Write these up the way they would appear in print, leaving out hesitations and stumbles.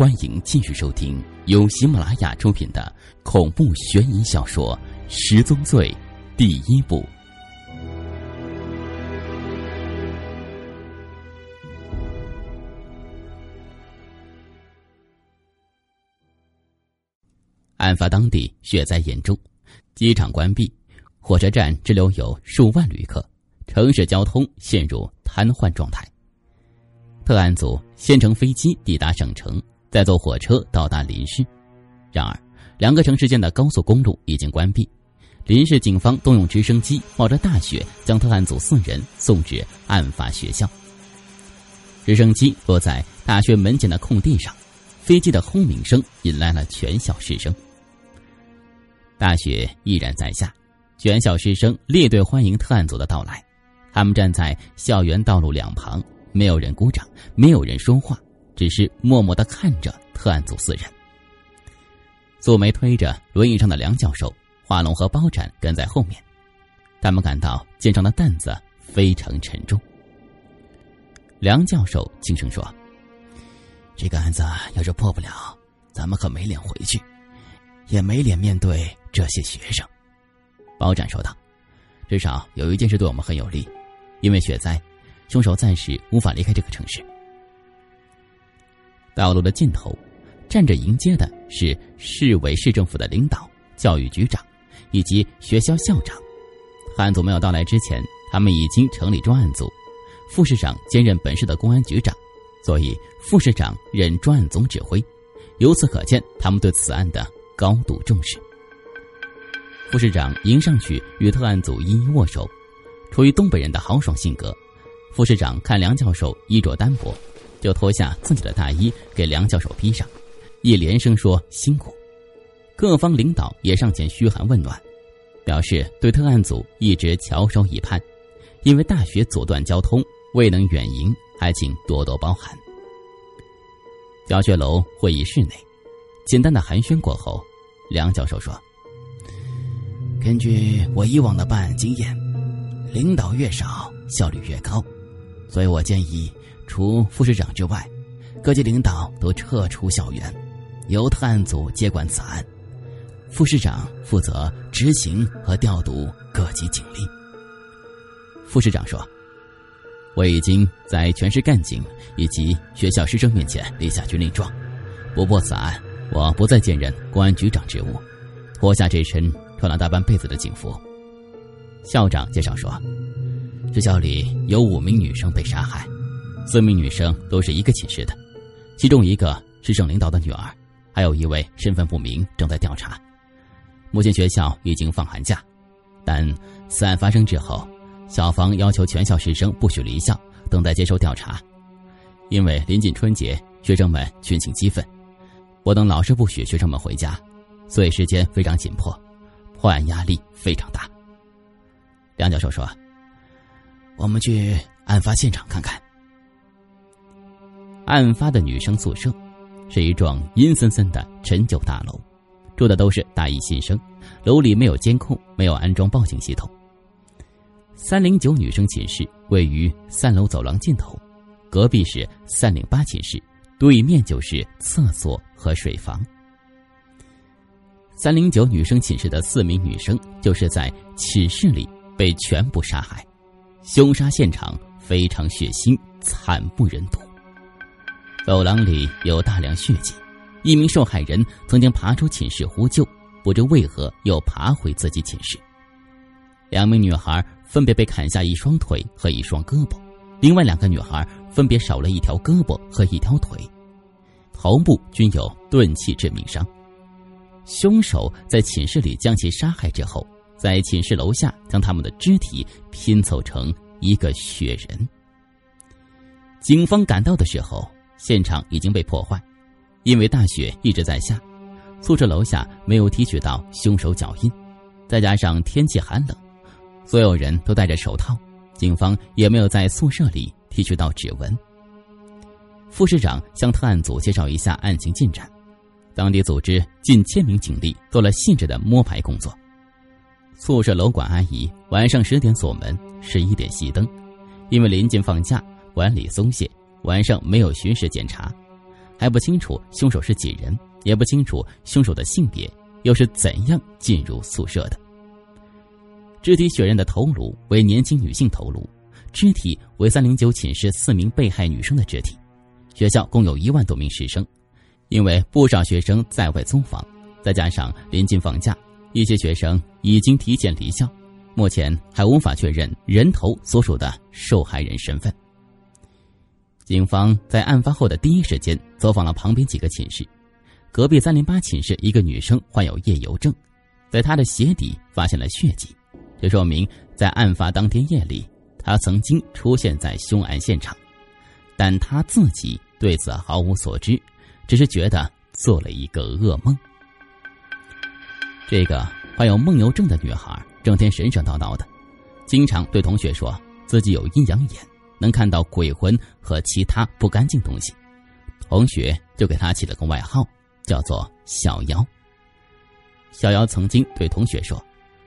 欢迎继续收听由喜马拉雅出品的恐怖悬疑小说《十宗罪》第一部。案发当地雪灾严重，机场关闭，火车站滞留有数万旅客，城市交通陷入瘫痪状态。特案组先乘飞机抵达省城，再坐火车到达临市。然而两个城市间的高速公路已经关闭，临市警方动用直升机冒着大雪将特案组4人送至案发学校。直升机落在大学门前的空地上，飞机的轰鸣声引来了全校师生。大雪依然在下，全校师生列队欢迎特案组的到来。他们站在校园道路两旁，没有人鼓掌，没有人说话，只是默默地看着特案组4人。素梅推着轮椅上的梁教授，华龙和包展跟在后面。他们感到肩上的担子非常沉重。梁教授轻声说：“这个案子要是破不了，咱们可没脸回去，也没脸面对这些学生。”包展说道：“至少有一件事对我们很有利，因为雪灾，凶手暂时无法离开这个城市。”道路的尽头站着迎接的是市委市政府的领导、教育局长以及学校校长。案组没有到来之前，他们已经成立专案组，副市长兼任本市的公安局长，所以副市长任专案总指挥。由此可见他们对此案的高度重视。副市长迎上去与特案组一一握手。出于东北人的豪爽性格，副市长看梁教授衣着单薄，就脱下自己的大衣给梁教授披上，一连声说辛苦。各方领导也上前嘘寒问暖，表示对特案组一直翘首以盼，因为大雪阻断交通，未能远迎，还请多多包涵。教学楼会议室内，简单的寒暄过后，梁教授说：“根据我以往的办案经验，领导越少，效率越高，所以我建议除副市长之外，各级领导都撤出校园，由特案组接管此案，副市长负责执行和调度各级警力。”副市长说：“我已经在全市干警以及学校师生面前立下军令状，不破此案，我不再兼任公安局长职务，脱下这身穿了大半辈子的警服。”校长介绍说，学校里有5名女生被杀害，4名女生都是一个寝室的，其中一个是省领导的女儿，还有一位身份不明，正在调查。目前学校已经放寒假，但此案发生之后，校方要求全校师生不许离校，等待接受调查。因为临近春节，学生们群情激愤，我等老师不许学生们回家，所以时间非常紧迫，破案压力非常大。梁教授说：“我们去案发现场看看。”案发的女生宿舍是一幢阴森森的陈旧大楼，住的都是大一新生，楼里没有监控，没有安装报警系统。309女生寝室位于3楼走廊尽头，隔壁是308寝室，对面就是厕所和水房。309女生寝室的4名女生就是在寝室里被全部杀害，凶杀现场非常血腥，惨不忍睹。走廊里有大量血迹，一名受害人曾经爬出寝室呼救，不知为何又爬回自己寝室。2名女孩分别被砍下1双腿和1双胳膊，另外2个女孩分别少了1条胳膊和1条腿，头部均有钝器致命伤。凶手在寝室里将其杀害之后，在寝室楼下将他们的肢体拼凑成一个雪人。警方赶到的时候，现场已经被破坏，因为大雪一直在下，宿舍楼下没有提取到凶手脚印，再加上天气寒冷，所有人都戴着手套，警方也没有在宿舍里提取到指纹。副市长向特案组介绍一下案情进展，当地组织近1000名警力做了细致的摸排工作。宿舍楼管阿姨晚上10点锁门，11点熄灯，因为临近放假，管理松懈，晚上没有巡视检查， 还不清楚凶手是几人，也不清楚凶手的性别，又是怎样进入宿舍的。肢体血刃的头颅为年轻女性头颅，肢体为309寝室4名被害女生的肢体。学校共有1万多名师生，因为不少学生在外租房，再加上临近放假，一些学生已经提前离校，目前还无法确认人头所属的受害人身份。警方在案发后的第一时间走访了旁边几个寝室，隔壁308寝室一个女生患有夜游症，在她的鞋底发现了血迹，这说明在案发当天夜里，她曾经出现在凶案现场，但她自己对此毫无所知，只是觉得做了一个噩梦。这个患有梦游症的女孩整天神神叨叨的，经常对同学说自己有阴阳眼，能看到鬼魂和其他不干净东西，同学就给她起了个外号，叫做小妖。小妖曾经对同学说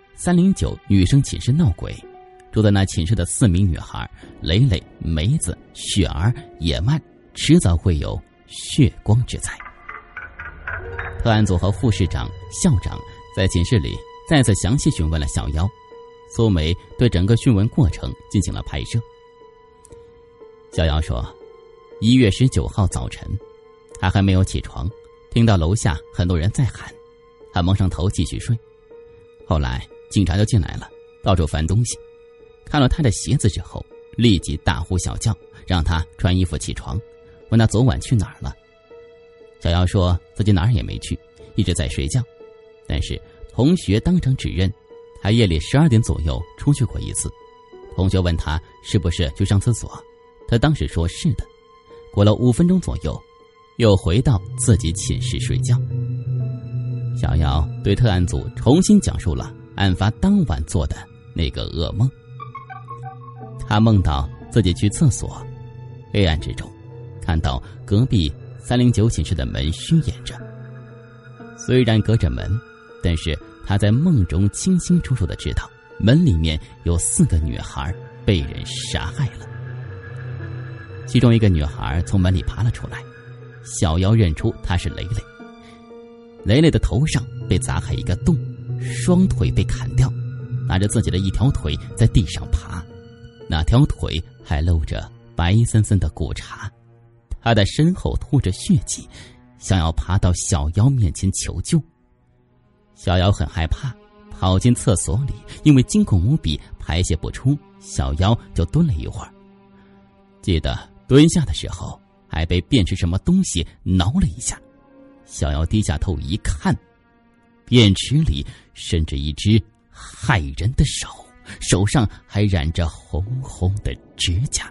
，309女生寝室闹鬼，住在那寝室的4名女孩蕾蕾、梅子、雪儿、野曼，迟早会有血光之灾。特案组和副市长、校长在寝室里再次详细询问了小妖，苏梅对整个讯问过程进行了拍摄。小妖说，1月19号早晨，他还没有起床，听到楼下很多人在喊，他蒙上头继续睡。后来警察就进来了，到处翻东西，看了他的鞋子之后，立即大呼小叫，让他穿衣服起床，问他昨晚去哪儿了。小妖说自己哪儿也没去，一直在睡觉，但是同学当场指认他夜里12点左右出去过一次。同学问他是不是去上厕所，他当时说是的，过了5分钟左右又回到自己寝室睡觉。小妖对特案组重新讲述了案发当晚做的那个噩梦。他梦到自己去厕所，黑暗之中看到隔壁309寝室的门虚掩着，虽然隔着门，但是他在梦中清清楚楚地知道门里面有4个女孩被人杀害了。其中一个女孩从门里爬了出来，小妖认出她是蕾蕾。蕾蕾的头上被砸开一个洞，双腿被砍掉，拿着自己的一条腿在地上爬，那条腿还露着白森森的骨茬，她的身后吐着血迹，想要爬到小妖面前求救。小妖很害怕，跑进厕所里，因为惊恐无比，排泄不出，小妖就蹲了一会儿。记得蹲下的时候还被便是什么东西挠了一下，小妖低下头一看，便池里伸着一只害人的手，手上还染着红红的指甲。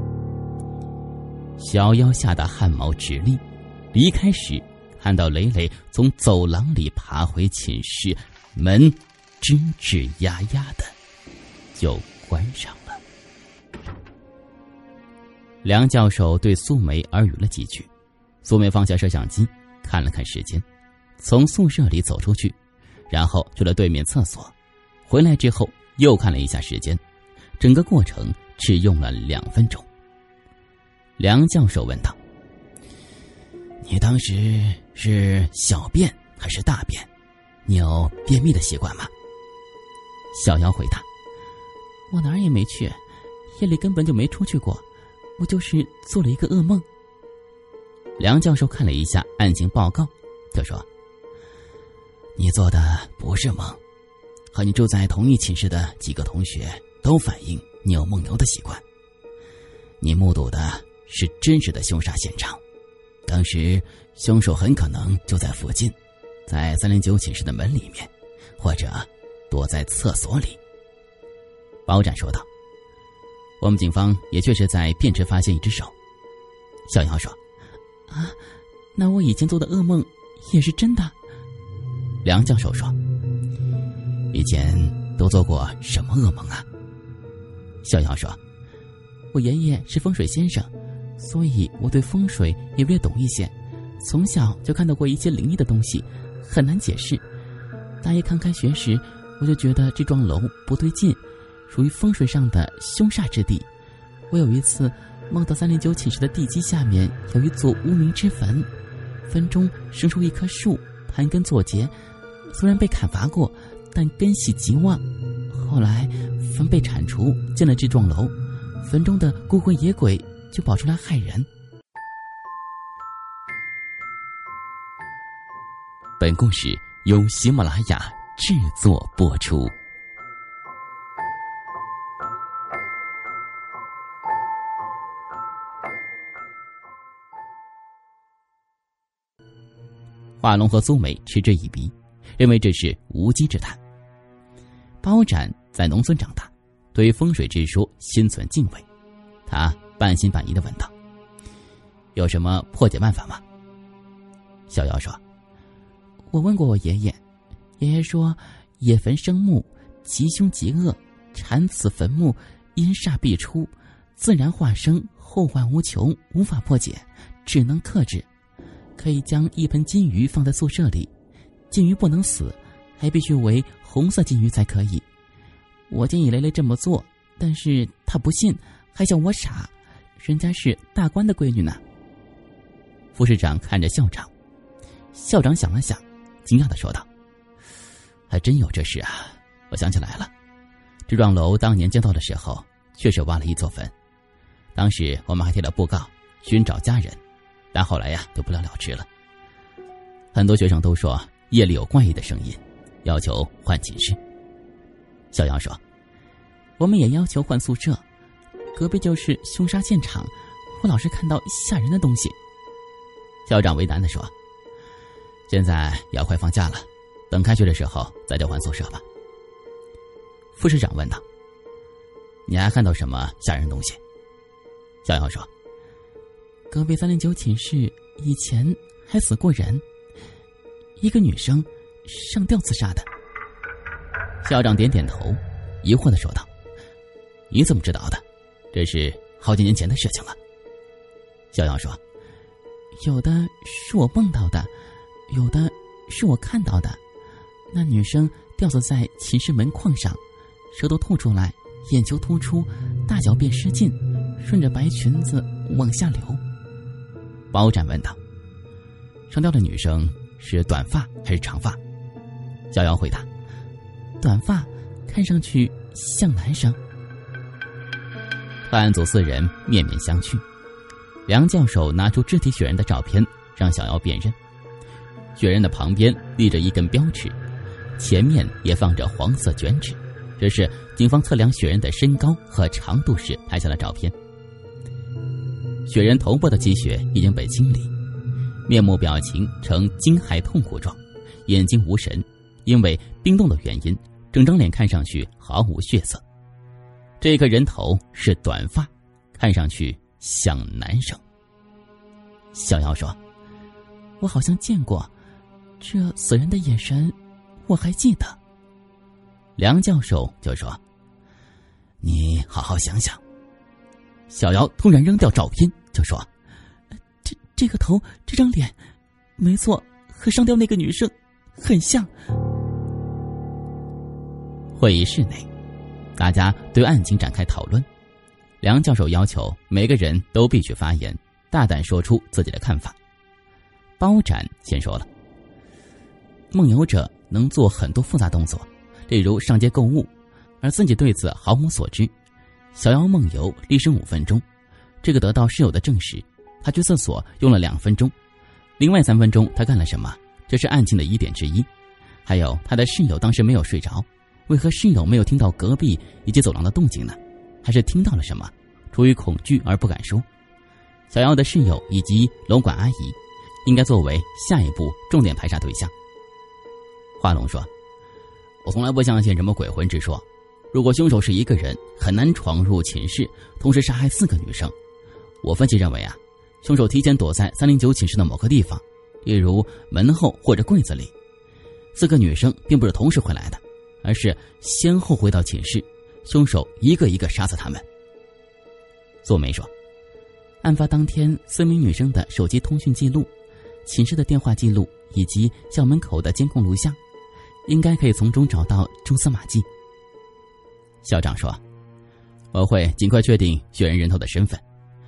小妖吓得汗毛直立，离开时看到蕾蕾从走廊里爬回寝室，门吱吱呀呀的就关上了。梁教授对苏梅耳语了几句，苏梅放下摄像机，看了看时间，从宿舍里走出去，然后去了对面厕所，回来之后又看了一下时间，整个过程只用了2分钟。梁教授问道：“你当时是小便还是大便？你有便秘的习惯吗？”小妖回答：“我哪儿也没去，夜里根本就没出去过，我就是做了一个噩梦。”梁教授看了一下案情报告，就说：“你做的不是梦，和你住在同一寝室的几个同学都反映你有梦游的习惯。你目睹的是真实的凶杀现场，当时凶手很可能就在附近，在309寝室的门里面，或者躲在厕所里。”包斩说道：“我们警方也确实在便池发现一只手。”小妖说：“啊，那我以前做的噩梦也是真的？”梁教授说：“以前都做过什么噩梦啊？”小妖说：“我爷爷是风水先生，所以我对风水也略懂一些，从小就看到过一些灵异的东西，很难解释。大爷刚开学时，我就觉得这幢楼不对劲，属于风水上的凶煞之地。我有一次梦到309寝室的地基下面有一座无名之坟，坟中生出一棵树，盘根错节，虽然被砍伐过，但根系极旺。后来坟被铲除，建了这幢楼，坟中的孤魂野鬼就跑出来害人。本故事由喜马拉雅制作播出。华龙和苏梅嗤之以鼻，认为这是无稽之谈。包斩在农村长大，对风水之说心存敬畏，他半信半疑地问道：“有什么破解办法吗？”小妖说：“我问过我爷爷，爷爷说野坟生木，吉凶极恶，缠此坟墓，阴煞必出，自然化生，后患无穷，无法破解，只能克制。可以将一盆金鱼放在宿舍里，金鱼不能死，还必须为红色金鱼才可以。我建议雷雷这么做，但是他不信，还笑我傻，人家是大官的闺女呢。”副市长看着校长，校长想了想，惊讶地说道：“还真有这事啊！我想起来了，这幢楼当年建造的时候，确实挖了一座坟。当时我们还贴了布告，寻找家人，但后来呀，就不了了之了。很多学生都说夜里有怪异的声音，要求换寝室。”小杨说：“我们也要求换宿舍，隔壁就是凶杀现场，我老是看到吓人的东西。”校长为难地说：“现在也要快放假了，等开学的时候再调换宿舍吧。”副市长问道：“你还看到什么吓人东西？”小杨说：“隔壁309寝室以前还死过人，一个女生上吊自杀的。”校长点点头，疑惑地说道：“你怎么知道的？这是好几年前的事情了。”小杨说：“有的是我梦到的，有的是我看到的。那女生吊死在寝室门框上，舌头吐出来，眼球突出，大小便失禁，顺着白裙子往下流。”包斩问道：“上吊的女生是短发还是长发？”小杨回答：“短发，看上去像男生。”办案组4人面面相觑。梁教授拿出肢体雪人的照片让小姚辨认，雪人的旁边立着一根标尺，前面也放着黄色卷尺，这是警方测量雪人的身高和长度时拍下的照片。雪人头部的积雪已经被清理，面目表情呈惊骇痛苦状，眼睛无神，因为冰冻的原因，整张脸看上去毫无血色。这个人头是短发，看上去像男生。小姚说：“我好像见过，这死人的眼神我还记得。”梁教授就说：“你好好想想。”小姚突然扔掉照片就说：“这个头，这张脸，没错，和上吊那个女生很像。”会议室内，大家对案情展开讨论。梁教授要求每个人都必须发言，大胆说出自己的看法。包斩先说了：“梦游者能做很多复杂动作，例如上街购物，而自己对此毫无所知。小妖梦游历时5分钟，这个得到室友的证实。他去厕所用了2分钟，另外3分钟他干了什么？这是案情的疑点之一。还有他的室友当时没有睡着，为何室友没有听到隔壁以及走廊的动静呢？还是听到了什么，出于恐惧而不敢说？小妖的室友以及楼管阿姨应该作为下一步重点排查对象。”华龙说：“我从来不相信什么鬼魂之说，如果凶手是一个人，很难闯入寝室同时杀害4个女生。我分析认为啊，凶手提前躲在309寝室的某个地方，例如门后或者柜子里。4个女生并不是同时回来的，而是先后回到寝室，凶手一个一个杀死他们。”苏梅说：“案发当天4名女生的手机通讯记录、寝室的电话记录以及校门口的监控录像，应该可以从中找到蛛丝马迹。”校长说：“我会尽快确定雪人人头的身份。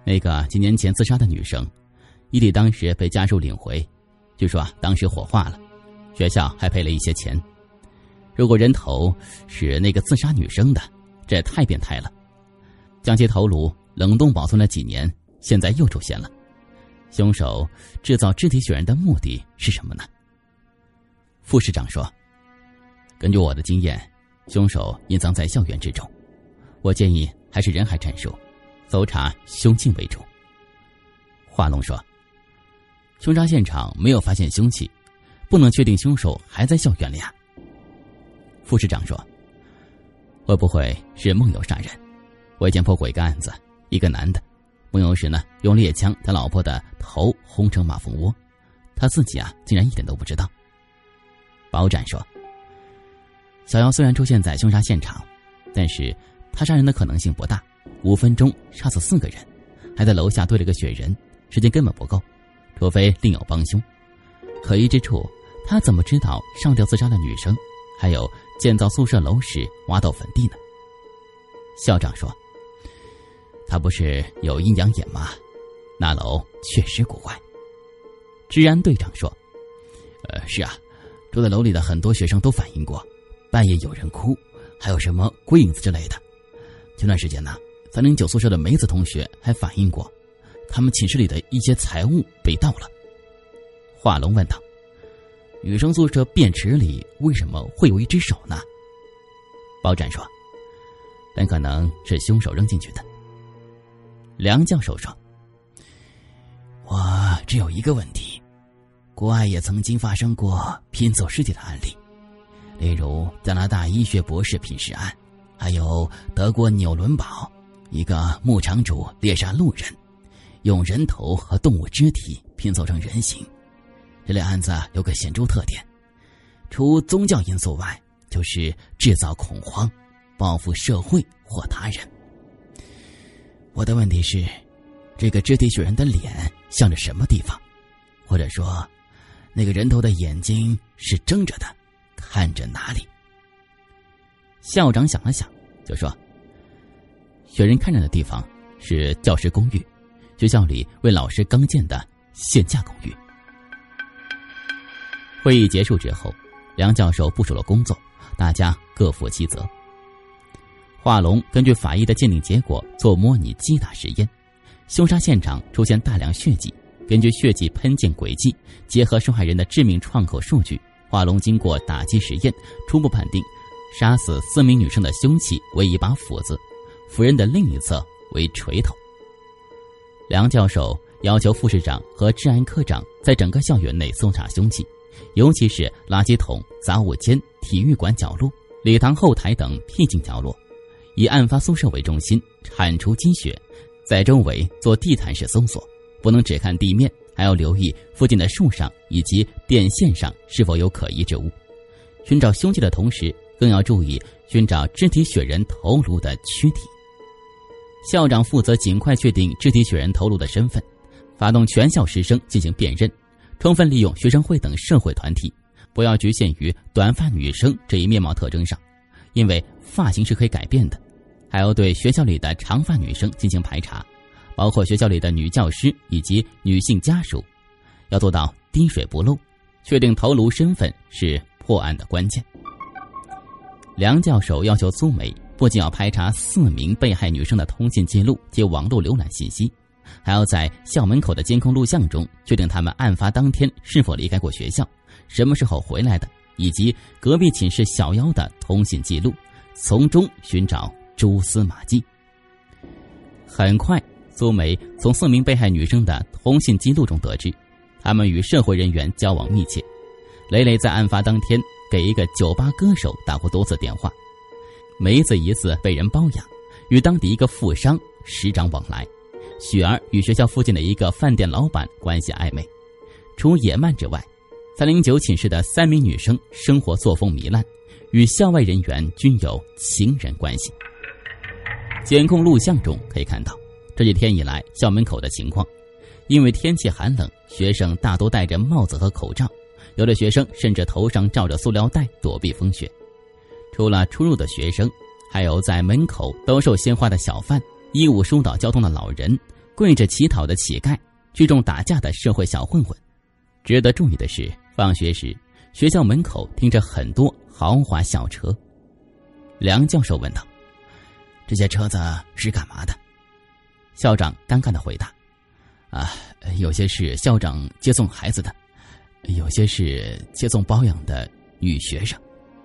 那个几年前自杀的女生，遗体当时被家属领回，据说当时火化了，学校还赔了一些钱。如果人头是那个自杀女生的，这也太变态了。将其头颅冷冻保存了几年，现在又出现了。凶手制造肢体血人的目的是什么呢？副市长说，根据我的经验，凶手隐藏在校园之中，我建议还是人海战术，搜查凶器为主。华龙说，凶杀现场没有发现凶器，不能确定凶手还在校园里啊。副市长说，会不会是梦游杀人？我以前破过一个案子，一个男的梦游时呢，用猎枪他老婆的头轰成马蜂窝，他自己竟然一点都不知道。包斩说，小姚虽然出现在凶杀现场，但是他杀人的可能性不大，5分钟杀死4个人，还在楼下堆了个雪人，时间根本不够，除非另有帮凶。可疑之处，他怎么知道上吊自杀的女生还有建造宿舍楼时挖到坟地呢？校长说，他不是有阴阳眼吗？那楼确实古怪。治安队长说，是啊，住在楼里的很多学生都反映过，半夜有人哭，还有什么鬼影子之类的。前段时间呢，309宿舍的梅子同学还反映过，他们寝室里的一些财物被盗了。华龙问道，女生宿舍便池里为什么会有一只手呢？包斩说，很可能是凶手扔进去的。梁教授说，我只有一个问题，国外也曾经发生过拼凑尸体的案例，例如加拿大医学博士拼尸案，还有德国纽伦堡一个牧场主猎杀路人，用人头和动物肢体拼凑成人形。这类案子有个显著特点，除宗教因素外，就是制造恐慌，报复社会或他人。我的问题是，这个肢体血人的脸向着什么地方？或者说，那个人头的眼睛是睁着的，看着哪里？校长想了想，就说，血人看着的地方是教师公寓，学校里为老师刚建的限价公寓。会议结束之后，梁教授部署了工作，大家各负其责。华龙根据法医的鉴定结果做模拟击打实验，凶杀现场出现大量血迹，根据血迹喷溅轨迹，结合受害人的致命创口数据，华龙经过打击实验，初步判定杀死4名女生的凶器为一把斧子，斧刃的另一侧为锤头。梁教授要求副市长和治安科长在整个校园内搜查凶器，尤其是垃圾桶、杂物间、体育馆角落、礼堂后台等僻静角落，以案发宿舍为中心铲除积雪，在周围做地毯式搜索，不能只看地面，还要留意附近的树上以及电线上是否有可疑之物。寻找凶器的同时，更要注意寻找肢体血人头颅的躯体。校长负责尽快确定肢体血人头颅的身份，发动全校师生进行辨认，充分利用学生会等社会团体，不要局限于短发女生这一面貌特征上，因为发型是可以改变的。还要对学校里的长发女生进行排查，包括学校里的女教师以及女性家属，要做到滴水不漏，确定头颅身份是破案的关键。梁教授要求苏梅不仅要排查4名被害女生的通信记录及网络浏览信息，还要在校门口的监控录像中确定他们案发当天是否离开过学校，什么时候回来的，以及隔壁寝室小妖的通信记录，从中寻找蛛丝马迹。很快，苏梅从4名被害女生的通信记录中得知，她们与社会人员交往密切。蕾蕾在案发当天给一个酒吧歌手打过多次电话，梅子疑似被人包养，与当地一个富商时常往来。雪儿与学校附近的一个饭店老板关系暧昧。除野曼之外，309寝室的3名女生生活作风糜烂，与校外人员均有情人关系。监控录像中可以看到这几天以来校门口的情况，因为天气寒冷，学生大多戴着帽子和口罩，有的学生甚至头上罩着塑料袋躲避风雪。除了出入的学生，还有在门口兜售鲜花的小贩，义务疏导交通的老人， 跪着乞讨的乞丐，聚众打架的社会小混混。值得注意的是，放学时学校门口停着很多豪华校车。梁教授问道：“这些车子是干嘛的？”校长尴尬地回答：“有些是校长接送孩子的，有些是接送包养的女学生。”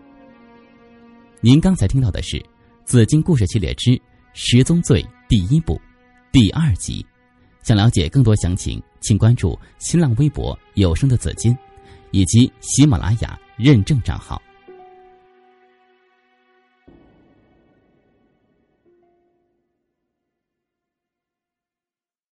您刚才听到的是《紫金故事系列之十宗罪》第1部第2集。想了解更多详情，请关注新浪微博有声的紫金以及喜马拉雅认证账号。